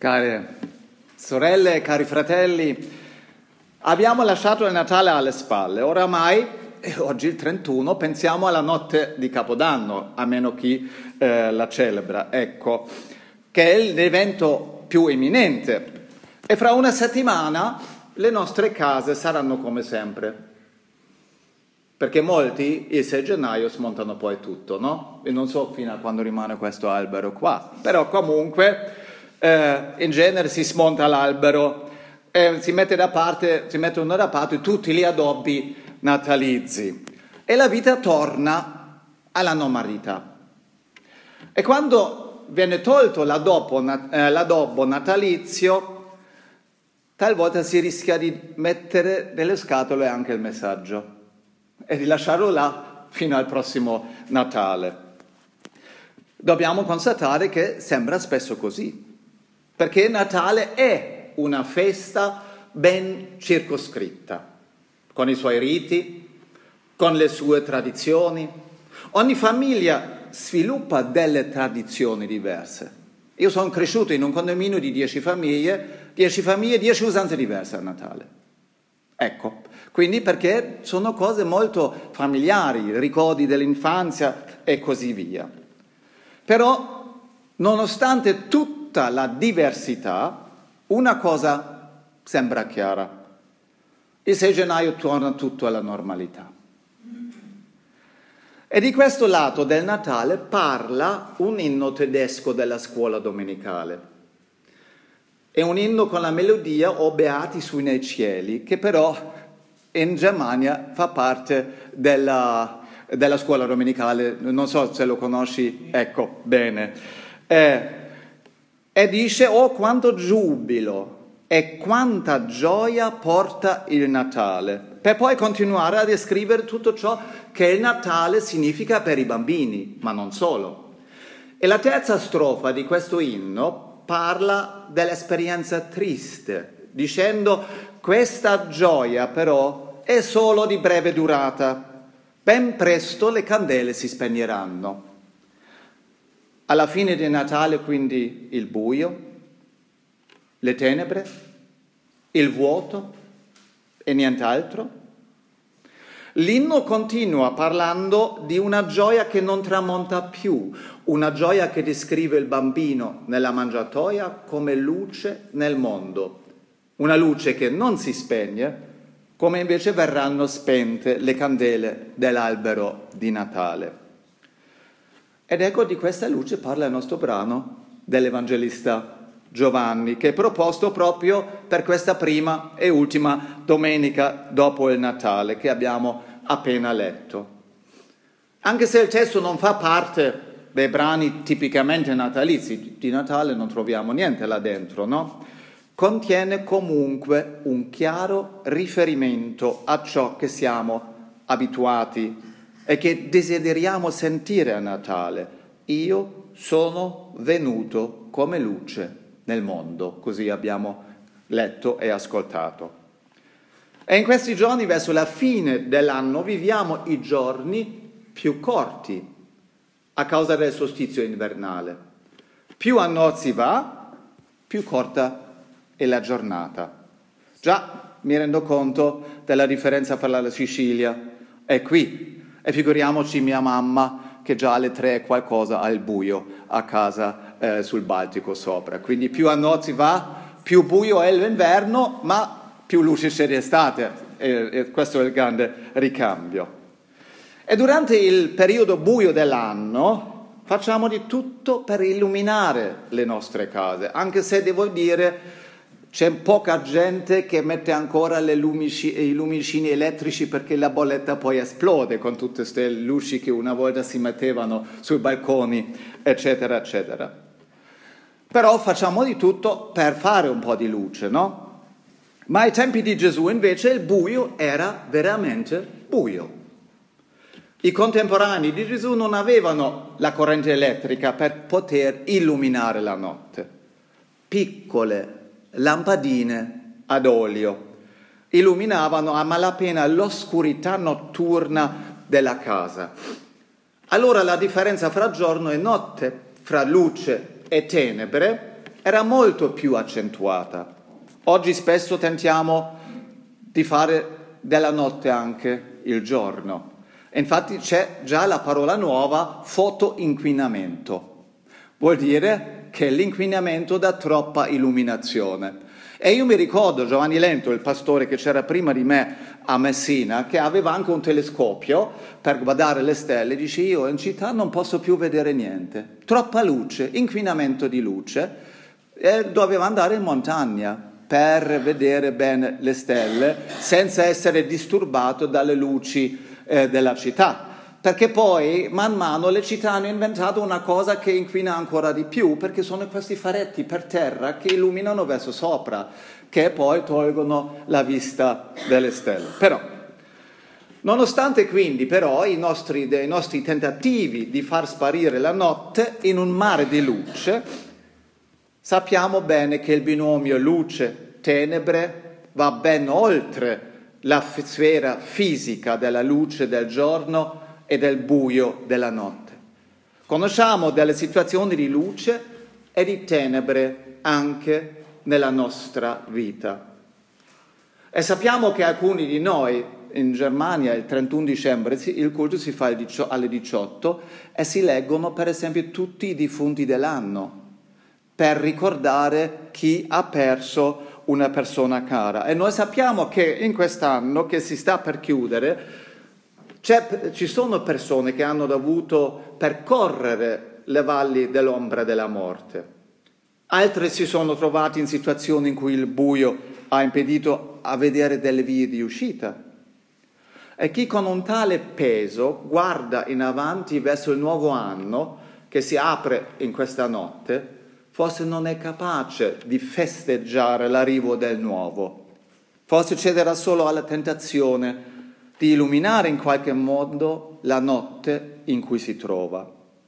Care sorelle, cari fratelli, abbiamo lasciato il Natale alle spalle. Oramai, oggi il 31, pensiamo alla notte di Capodanno, a meno chi la celebra, ecco, che è l'evento più imminente. E fra una settimana le nostre case saranno come sempre. Perché molti il 6 gennaio smontano poi tutto, no? E non so fino a quando rimane questo albero qua, però comunque in genere si smonta l'albero, si mettono da parte tutti gli addobbi natalizi e la vita torna alla normalità. E quando viene tolto l'addobbo natalizio, talvolta si rischia di mettere nelle scatole anche il messaggio e di lasciarlo là fino al prossimo Natale. Dobbiamo constatare che sembra spesso così, perché Natale è una festa ben circoscritta, con i suoi riti, con le sue tradizioni. Ogni famiglia sviluppa delle tradizioni diverse. Io sono cresciuto in un condominio di 10 famiglie, 10 usanze diverse a Natale. Ecco, quindi perché sono cose molto familiari, ricordi dell'infanzia e così via. Però, nonostante tutta la diversità, una cosa sembra chiara. Il 6 gennaio torna tutto alla normalità. E di questo lato del Natale parla un inno tedesco della scuola domenicale. È un inno con la melodia "O beati sui nei cieli", che però in Germania fa parte della scuola domenicale, non so se lo conosci, ecco, bene. E dice: "Oh, quanto giubilo e quanta gioia porta il Natale", per poi continuare a descrivere tutto ciò che il Natale significa per i bambini, ma non solo. E la terza strofa di questo inno parla dell'esperienza triste, dicendo: "Questa gioia però è solo di breve durata, ben presto le candele si spegneranno". Alla fine di Natale, quindi, il buio, le tenebre, il vuoto e nient'altro. L'inno continua parlando di una gioia che non tramonta più, una gioia che descrive il bambino nella mangiatoia come luce nel mondo, una luce che non si spegne, come invece verranno spente le candele dell'albero di Natale. Ed ecco, di questa luce parla il nostro brano dell'Evangelista Giovanni, che è proposto proprio per questa prima e ultima domenica dopo il Natale, che abbiamo appena letto. Anche se il testo non fa parte dei brani tipicamente natalizi, di Natale non troviamo niente là dentro, no? Contiene comunque un chiaro riferimento a ciò che siamo abituati e che desideriamo sentire a Natale. Io sono venuto come luce nel mondo, così abbiamo letto e ascoltato. E in questi giorni, verso la fine dell'anno, viviamo i giorni più corti a causa del solstizio invernale. Più a nord si va, più corta è la giornata. Già mi rendo conto della differenza fra la Sicilia e qui. E figuriamoci mia mamma che già alle 3 qualcosa al buio a casa sul Baltico sopra. Quindi più a nord si va, più buio è l'inverno, ma più luce c'è d'estate. E questo è il grande ricambio. E durante il periodo buio dell'anno facciamo di tutto per illuminare le nostre case, anche se devo dire c'è poca gente che mette ancora i lumicini elettrici, perché la bolletta poi esplode con tutte queste luci che una volta si mettevano sui balconi, eccetera, eccetera. Però facciamo di tutto per fare un po' di luce, no? Ma ai tempi di Gesù invece il buio era veramente buio. I contemporanei di Gesù non avevano la corrente elettrica per poter illuminare la notte. Piccole lampadine ad olio illuminavano a malapena l'oscurità notturna della casa. Allora la differenza fra giorno e notte, fra luce e tenebre, era molto più accentuata. Oggi spesso tentiamo di fare della notte anche il giorno. Infatti c'è già la parola nuova, fotoinquinamento. Vuol dire che l'inquinamento dà troppa illuminazione. E io mi ricordo Giovanni Lento, il pastore che c'era prima di me a Messina, che aveva anche un telescopio per guardare le stelle, dice: io in città non posso più vedere niente, troppa luce, inquinamento di luce, e doveva andare in montagna per vedere bene le stelle senza essere disturbato dalle luci della città. Perché poi man mano le città hanno inventato una cosa che inquina ancora di più, perché sono questi faretti per terra che illuminano verso sopra, che poi tolgono la vista delle stelle. Però, nonostante quindi però i nostri tentativi di far sparire la notte in un mare di luce, sappiamo bene che il binomio luce-tenebre va ben oltre la sfera fisica della luce del giorno e del buio della notte. Conosciamo delle situazioni di luce e di tenebre anche nella nostra vita. E sappiamo che alcuni di noi in Germania il 31 dicembre il culto si fa alle 18 e si leggono per esempio tutti i defunti dell'anno per ricordare chi ha perso una persona cara. E noi sappiamo che in quest'anno che si sta per chiudere ci sono persone che hanno dovuto percorrere le valli dell'ombra della morte. Altre si sono trovati in situazioni in cui il buio ha impedito a vedere delle vie di uscita. E chi con un tale peso guarda in avanti verso il nuovo anno che si apre in questa notte, forse non è capace di festeggiare l'arrivo del nuovo. Forse cederà solo alla tentazione di illuminare in qualche modo la notte in cui si trova.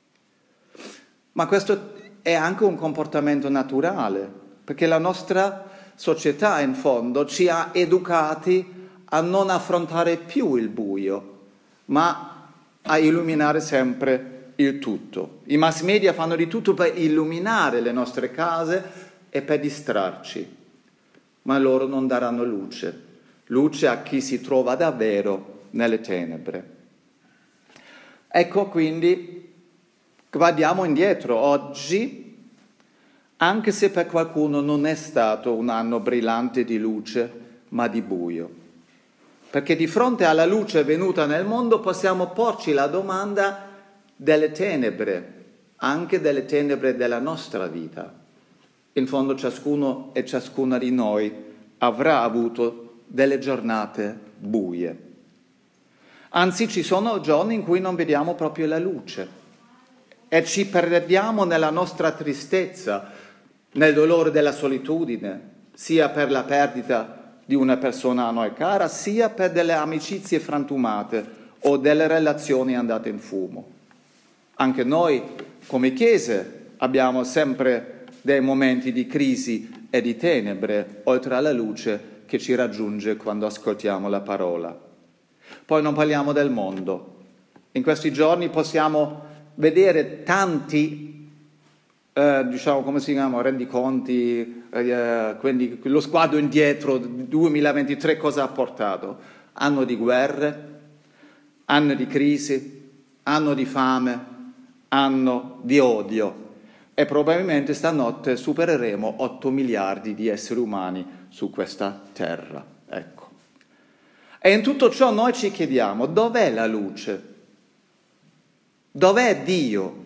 Ma questo è anche un comportamento naturale, perché la nostra società in fondo ci ha educati a non affrontare più il buio, ma a illuminare sempre il tutto. I mass media fanno di tutto per illuminare le nostre case e per distrarci, ma loro non daranno luce a chi si trova davvero nelle tenebre. Ecco quindi, guardiamo indietro oggi, anche se per qualcuno non è stato un anno brillante di luce, ma di buio. Perché di fronte alla luce venuta nel mondo possiamo porci la domanda delle tenebre, anche delle tenebre della nostra vita. In fondo ciascuno e ciascuna di noi avrà avuto delle giornate buie. Anzi, ci sono giorni in cui non vediamo proprio la luce e ci perdiamo nella nostra tristezza, nel dolore della solitudine, sia per la perdita di una persona a noi cara, sia per delle amicizie frantumate o delle relazioni andate in fumo. Anche noi, come chiese, abbiamo sempre dei momenti di crisi e di tenebre, oltre alla luce che ci raggiunge quando ascoltiamo la parola. Poi non parliamo del mondo. In questi giorni possiamo vedere tanti, come si chiama, rendiconti, quindi lo sguardo indietro, 2023 cosa ha portato? Anno di guerre, anno di crisi, anno di fame, anno di odio. E probabilmente stanotte supereremo 8 miliardi di esseri umani su questa terra, ecco. E in tutto ciò noi ci chiediamo, dov'è la luce? Dov'è Dio?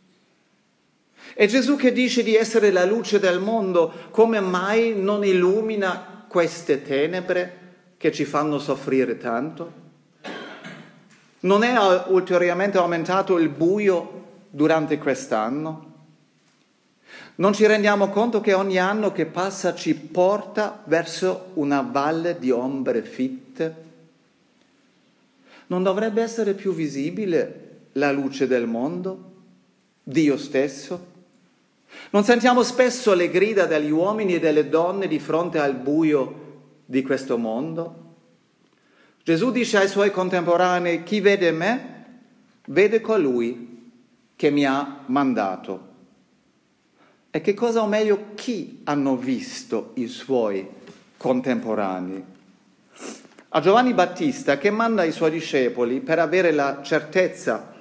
E Gesù che dice di essere la luce del mondo, come mai non illumina queste tenebre che ci fanno soffrire tanto? Non è ulteriormente aumentato il buio durante quest'anno? Non ci rendiamo conto che ogni anno che passa ci porta verso una valle di ombre fitte? Non dovrebbe essere più visibile la luce del mondo? Dio stesso? Non sentiamo spesso le grida degli uomini e delle donne di fronte al buio di questo mondo? Gesù dice ai suoi contemporanei: chi vede me, vede colui che mi ha mandato. E che cosa, o meglio, chi hanno visto i suoi contemporanei? A Giovanni Battista, che manda i suoi discepoli per avere la certezza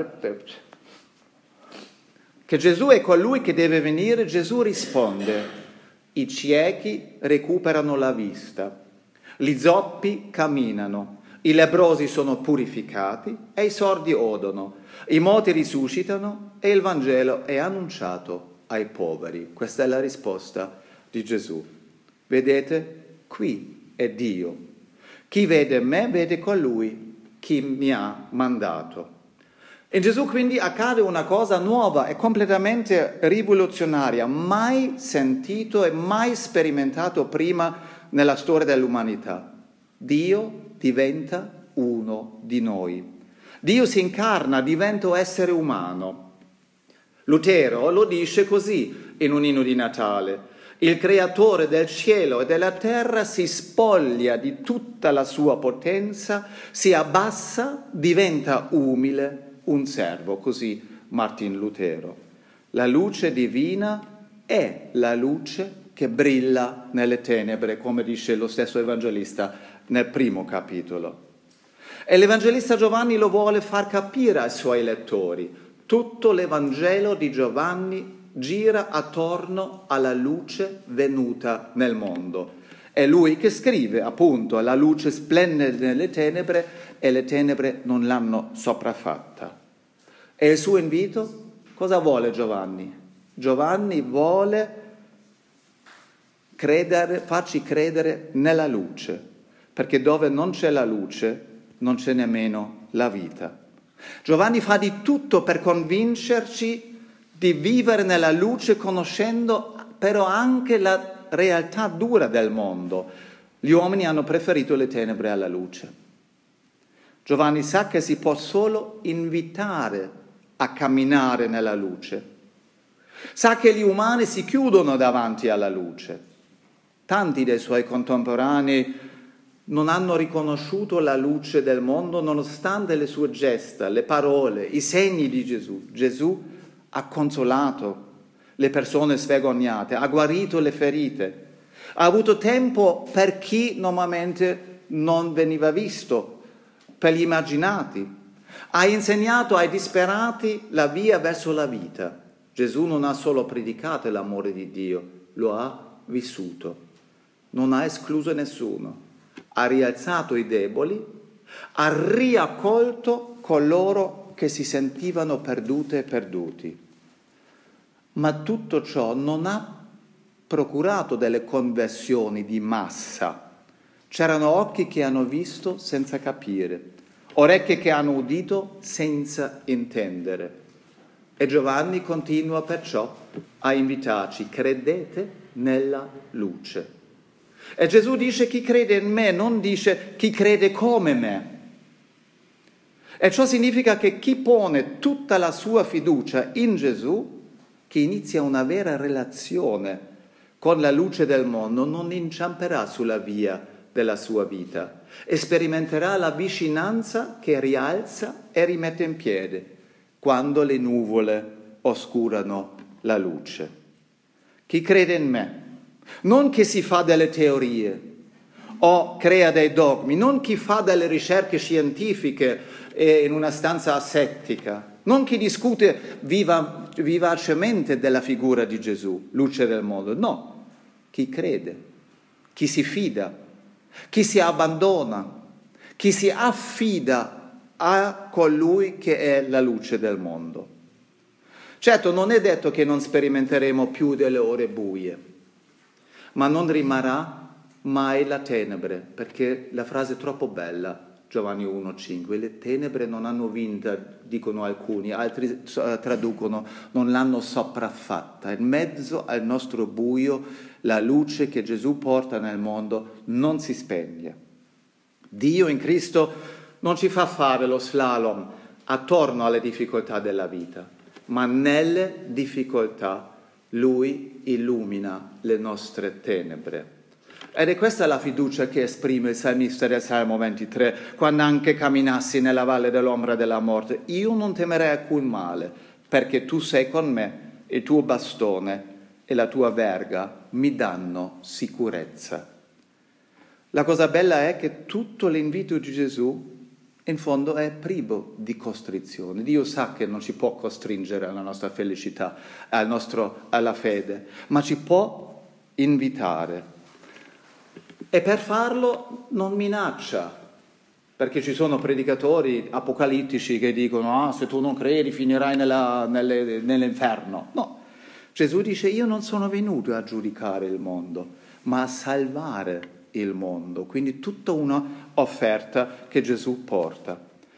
che Gesù è colui che deve venire, Gesù risponde: i ciechi recuperano la vista, gli zoppi camminano, i lebbrosi sono purificati e i sordi odono, i morti risuscitano e il Vangelo è annunciato ai poveri. Questa è la risposta di Gesù. Vedete, qui è Dio. Chi vede me vede colui che mi ha mandato. In Gesù quindi accade una cosa nuova e completamente rivoluzionaria, mai sentito e mai sperimentato prima nella storia dell'umanità. Dio diventa uno di noi. Dio si incarna, diventa essere umano. Lutero lo dice così in un inno di Natale: il creatore del cielo e della terra si spoglia di tutta la sua potenza, si abbassa, diventa umile, un servo, così Martin Lutero. La luce divina è la luce che brilla nelle tenebre, come dice lo stesso Evangelista nel primo capitolo. E l'Evangelista Giovanni lo vuole far capire ai suoi lettori. Tutto l'Evangelo di Giovanni gira attorno alla luce venuta nel mondo. È lui che scrive, appunto: la luce splende nelle tenebre e le tenebre non l'hanno sopraffatta. E il suo invito? Cosa vuole Giovanni? Giovanni vuole farci credere nella luce, perché dove non c'è la luce non c'è nemmeno la vita. Giovanni fa di tutto per convincerci di vivere nella luce, conoscendo però anche la realtà dura del mondo. Gli uomini hanno preferito le tenebre alla luce. Giovanni sa che si può solo invitare a camminare nella luce. Sa che gli umani si chiudono davanti alla luce. Tanti dei suoi contemporanei non hanno riconosciuto la luce del mondo nonostante le sue gesta, le parole, i segni di Gesù. Gesù ha consolato le persone svergognate, ha guarito le ferite, ha avuto tempo per chi normalmente non veniva visto, per gli immaginati, ha insegnato ai disperati la via verso la vita. Gesù non ha solo predicato l'amore di Dio, lo ha vissuto, non ha escluso nessuno, ha rialzato i deboli, ha riaccolto coloro che si sentivano perdute e perduti. Ma tutto ciò non ha procurato delle conversioni di massa. C'erano occhi che hanno visto senza capire, orecchie che hanno udito senza intendere. E Giovanni continua perciò a invitarci: credete nella luce. E Gesù dice: chi crede in me, non dice chi crede come me. E ciò significa che chi pone tutta la sua fiducia in Gesù, chi inizia una vera relazione con la luce del mondo, non inciamperà sulla via della sua vita e sperimenterà la vicinanza che rialza e rimette in piedi quando le nuvole oscurano la luce. Chi crede in me, non chi si fa delle teorie o crea dei dogmi, non chi fa delle ricerche scientifiche in una stanza asettica, non chi discute vivacemente della figura di Gesù, luce del mondo, no, chi crede, chi si fida, chi si abbandona, chi si affida a colui che è la luce del mondo. Certo, non è detto che non sperimenteremo più delle ore buie, ma non rimarrà mai la tenebre, perché la frase è troppo bella, Giovanni 1,5, le tenebre non hanno vinta, dicono alcuni, altri traducono, non l'hanno sopraffatta. In mezzo al nostro buio, la luce che Gesù porta nel mondo non si spegne. Dio in Cristo non ci fa fare lo slalom attorno alle difficoltà della vita, ma nelle difficoltà Lui illumina le nostre tenebre. Ed è questa la fiducia che esprime il salmista del Salmo 23, quando anche camminassi nella valle dell'ombra della morte, io non temerei alcun male, perché tu sei con me, il tuo bastone e la tua verga mi danno sicurezza. La cosa bella è che tutto l'invito di Gesù in fondo è privo di costrizione. Dio sa che non ci può costringere alla nostra felicità, alla fede, ma ci può invitare. E per farlo non minaccia, perché ci sono predicatori apocalittici che dicono se tu non credi finirai nell'inferno. No, Gesù dice io non sono venuto a giudicare il mondo, ma a salvare il mondo. Quindi tutta una offerta che Gesù porta.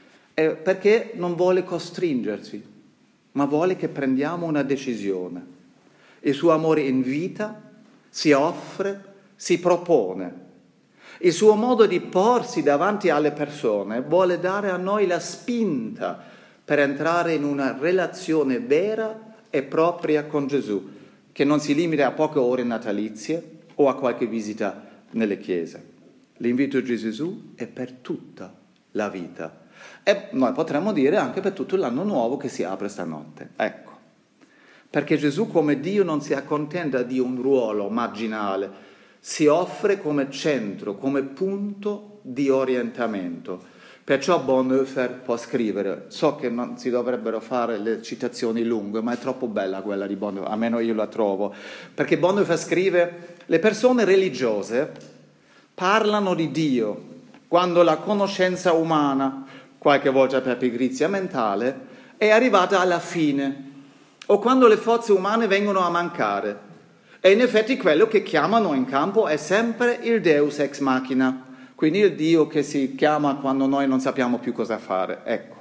Perché non vuole costringerci, ma vuole che prendiamo una decisione. Il suo amore invita, si offre, si propone. Il suo modo di porsi davanti alle persone vuole dare a noi la spinta per entrare in una relazione vera e propria con Gesù, che non si limita a poche ore natalizie o a qualche visita nelle chiese. L'invito di Gesù è per tutta la vita. E noi potremmo dire anche per tutto l'anno nuovo che si apre stanotte. Ecco. Perché Gesù come Dio non si accontenta di un ruolo marginale, si offre come centro, come punto di orientamento. Perciò Bonhoeffer può scrivere, so che non si dovrebbero fare le citazioni lunghe, ma è troppo bella quella di Bonhoeffer, almeno io la trovo, perché Bonhoeffer scrive, le persone religiose parlano di Dio quando la conoscenza umana, qualche volta per pigrizia mentale, è arrivata alla fine, o quando le forze umane vengono a mancare. E in effetti quello che chiamano in campo è sempre il Deus ex machina, quindi il Dio che si chiama quando noi non sappiamo più cosa fare. Ecco.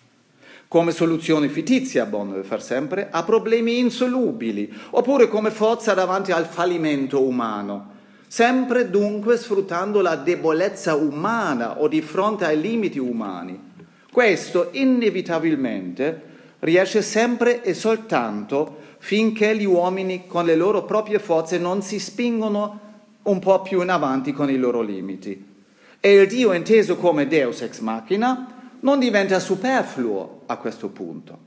Come soluzione fittizia, Bonhoeffer sempre, a problemi insolubili, oppure come forza davanti al fallimento umano. Sempre dunque sfruttando la debolezza umana o di fronte ai limiti umani. Questo inevitabilmente riesce sempre e soltanto finché gli uomini con le loro proprie forze non si spingono un po' più in avanti con i loro limiti. E il Dio inteso come Deus ex machina non diventa superfluo a questo punto.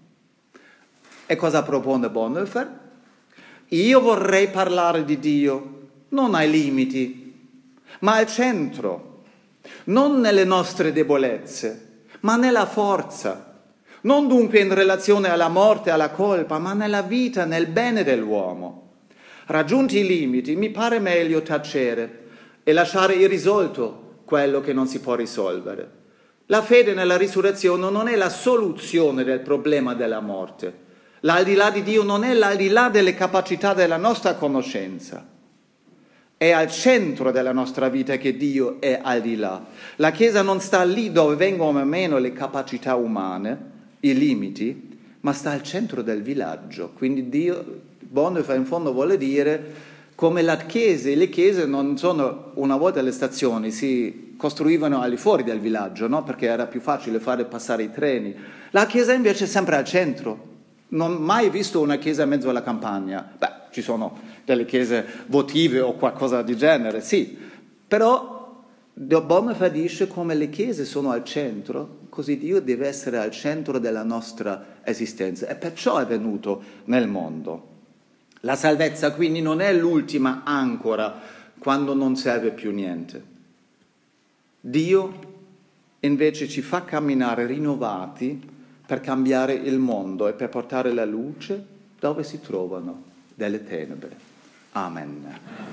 E cosa propone Bonhoeffer? Io vorrei parlare di Dio, non ai limiti, ma al centro, non nelle nostre debolezze, ma nella forza. Non dunque in relazione alla morte, alla colpa, ma nella vita, nel bene dell'uomo. Raggiunti i limiti, mi pare meglio tacere e lasciare irrisolto quello che non si può risolvere. La fede nella risurrezione non è la soluzione del problema della morte. L'aldilà di Dio non è l'aldilà delle capacità della nostra conoscenza. È al centro della nostra vita che Dio è al di là. La Chiesa non sta lì dove vengono meno le capacità umane, i limiti, ma sta al centro del villaggio. Quindi Dio, Bonhoeffer in fondo vuole dire, come le chiese non sono, una volta le stazioni si costruivano al di fuori del villaggio, no? Perché era più facile fare passare i treni. La Chiesa invece è sempre al centro. Non ho mai visto una chiesa in mezzo alla campagna. Beh, ci sono delle chiese votive o qualcosa di genere, sì. Però Bonhoeffer dice come le chiese sono al centro, così Dio deve essere al centro della nostra esistenza. E perciò è venuto nel mondo. La salvezza quindi non è l'ultima ancora quando non serve più niente. Dio invece ci fa camminare rinnovati per cambiare il mondo e per portare la luce dove si trovano delle tenebre. Amen.